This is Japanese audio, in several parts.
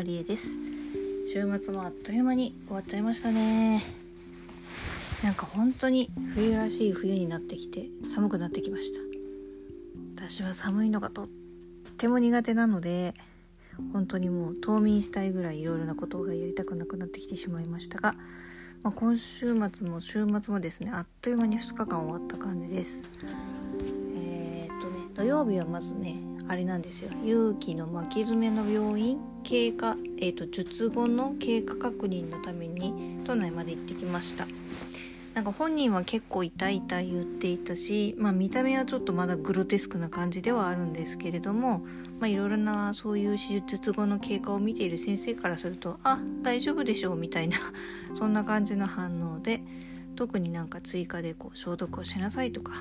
のりえです。週末もあっという間に終わっちゃいましたね。なんか本当に冬らしい冬になってきて寒くなってきました。私は寒いのがとっても苦手なので、本当にもう冬眠したいぐらいいろいろなことがやりたくなくなってきてしまいましたが、今週末も週末もですね、あっという間に2日間終わった感じです。土曜日はまずね、あれなんですよ、勇気の巻き爪の病院経過、術後の経過確認のために都内まで行ってきました。なんか本人は結構痛い言っていたし、見た目はちょっとまだグロテスクな感じではあるんですけれども、いろいろなそういう手術後の経過を見ている先生からすると、大丈夫でしょうみたいなそんな感じの反応で、特になんか追加で消毒をしなさいとか、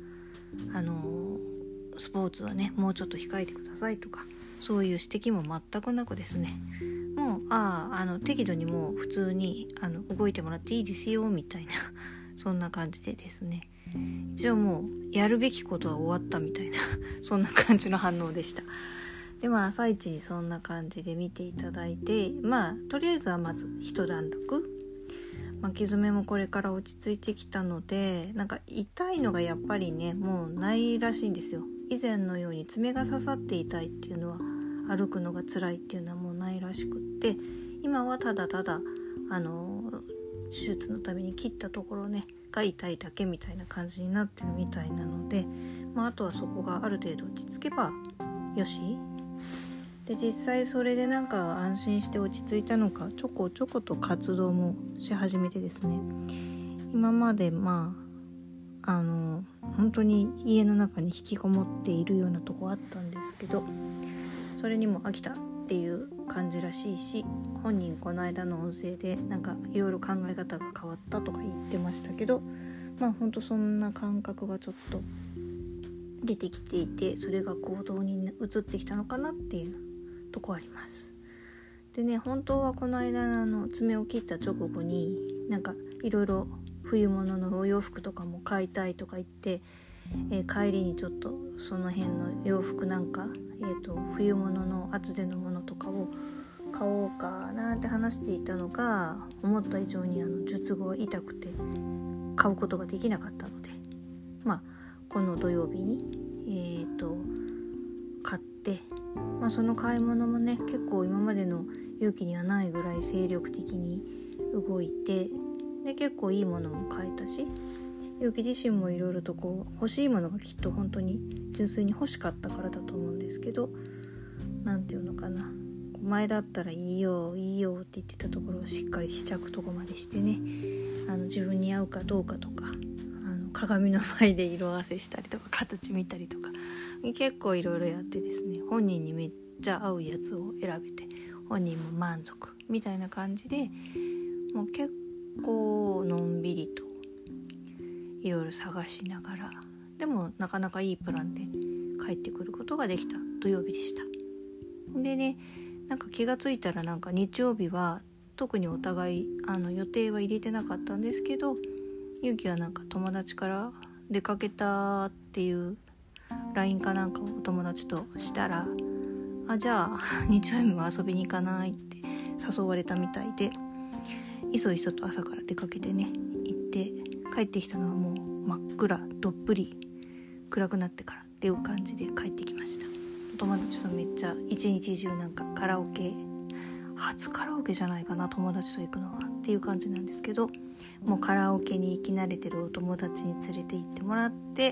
スポーツはねもうちょっと控えてくださいとか、そういう指摘も全くなくですね、もう適度にもう普通に動いてもらっていいですよみたいなそんな感じでですね、一応もうやるべきことは終わったみたいなそんな感じの反応でした。で朝一にそんな感じで見ていただいて、とりあえずはまず一段落、巻き爪もこれから落ち着いてきたので、なんか痛いのがやっぱりねもうないらしいんですよ。以前のように爪が刺さって痛いっていうのは、歩くのが辛いっていうのはもうないらしくって、今はただただ手術のために切ったところねが痛いだけみたいな感じになってるみたいなので、あとはそこがある程度落ち着けばよしで、実際それでなんか安心して落ち着いたのか、ちょこちょこと活動もし始めてですね、今まで本当に家の中に引きこもっているようなとこあったんですけど、それにも飽きたっていう感じらしいし、本人この間の音声でなんかいろいろ考え方が変わったとか言ってましたけど、本当そんな感覚がちょっと出てきていて、それが行動に移ってきたのかなっていうとこあります。でね、本当はこの間爪を切った直後になんかいろいろ冬物のお洋服とかも買いたいとか言って、帰りにちょっとその辺の洋服なんか、冬物の厚手のものとかを買おうかなんて話していたのが、思った以上に術後は痛くて買うことができなかったので、この土曜日に買って、その買い物もね結構今までの勇気にはないぐらい精力的に動いて、で結構いいものも買えたし、勇気自身もいろいろと欲しいものがきっと本当に純粋に欲しかったからだと思うんですけど、なんていうのかな、前だったらいいよいいよって言ってたところをしっかり試着とかまでしてね、自分に合うかどうかとか、鏡の前で色合わせしたりとか形見たりとか結構いろいろやってですね、本人にめっちゃ合うやつを選べて本人も満足みたいな感じで、もう結構のんびりといろいろ探しながら、でもなかなかいいプランで帰ってくることができた土曜日でした。でね、なんか気がついたらなんか日曜日は特にお互い予定は入れてなかったんですけど、ゆうきはなんか友達から出かけたっていう LINE かなんかをお友達としたら、じゃあ日曜日も遊びに行かないって誘われたみたいで、いそいそと朝から出かけてね行って、帰ってきたのはもう真っ暗、どっぷり暗くなってからっていう感じで帰ってきました。お友達とめっちゃ一日中なんかカラオケ、初カラオケじゃないかな友達と行くのはっていう感じなんですけど、もうカラオケに行き慣れてるお友達に連れて行ってもらって、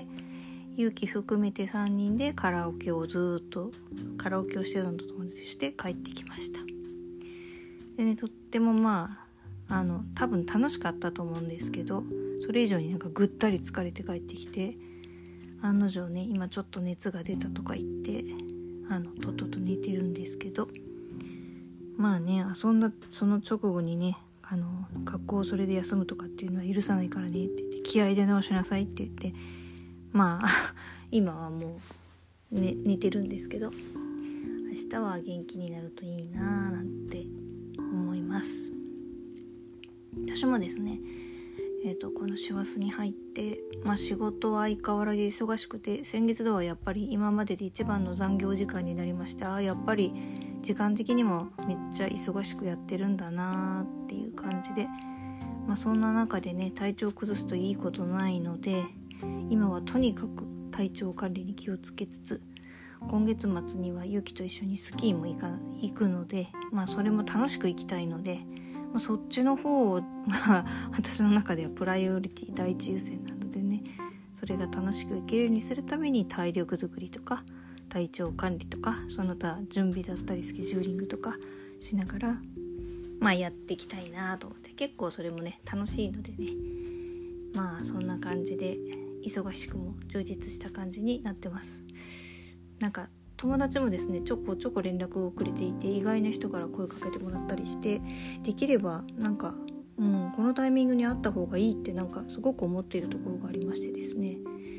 勇気含めて3人でカラオケをずっとカラオケをしてたんだと思うんですして帰ってきました。でね、とっても多分楽しかったと思うんですけど、それ以上になんかぐったり疲れて帰ってきて、案の定ね今ちょっと熱が出たとか言ってとっとと寝てるんですけど、遊んだその直後にね学校をそれで休むとかっていうのは許さないからねって言って、気合で直しなさいって言って、今はもう、寝てるんですけど、明日は元気になるといいななんて思います。私もですね、この師走に入って、仕事は相変わらず忙しくて、先月度はやっぱり今までで一番の残業時間になりまして、やっぱり時間的にもめっちゃ忙しくやってるんだなっていう感じで、そんな中でね体調崩すといいことないので、今はとにかく体調管理に気をつけつつ、今月末にはゆきと一緒にスキーも行くので、それも楽しく行きたいので、そっちの方が私の中ではプライオリティ第一優先なのでね、それが楽しく行けるようにするために体力づくりとか体調管理とかその他準備だったりスケジューリングとかしながらやっていきたいなと思って、結構それもね楽しいのでね、そんな感じで忙しくも充実した感じになってます。なんか友達もですねちょこちょこ連絡をくれていて、意外な人から声かけてもらったりして、できればこのタイミングにあった方がいいってすごく思っているところがありましてですね、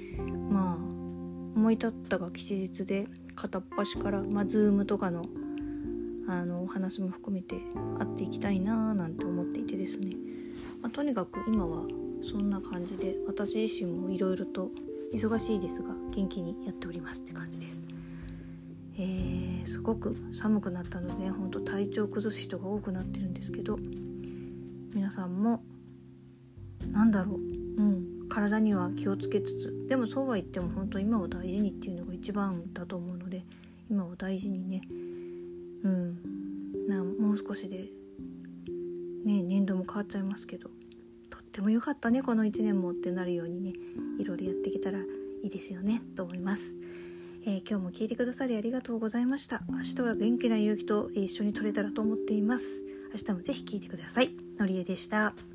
思い立ったが吉日で片っ端から、Zoom とかのお話も含めて会っていきたいななんて思っていてですね、とにかく今はそんな感じで、私自身もいろいろと忙しいですが元気にやっておりますって感じです。すごく寒くなったので本当体調崩す人が多くなってるんですけど、皆さんも体には気をつけつつ、でもそうは言っても本当今を大事にっていうのが一番だと思うので、今を大事にね、もう少しで年度も変わっちゃいますけど、とっても良かったねこの1年もってなるようにね、いろいろやっていけたらいいですよねと思います。今日も聞いてくださりありがとうございました。明日は元気な勇気と一緒に撮れたらと思っています。明日もぜひ聞いてください。のりえでした。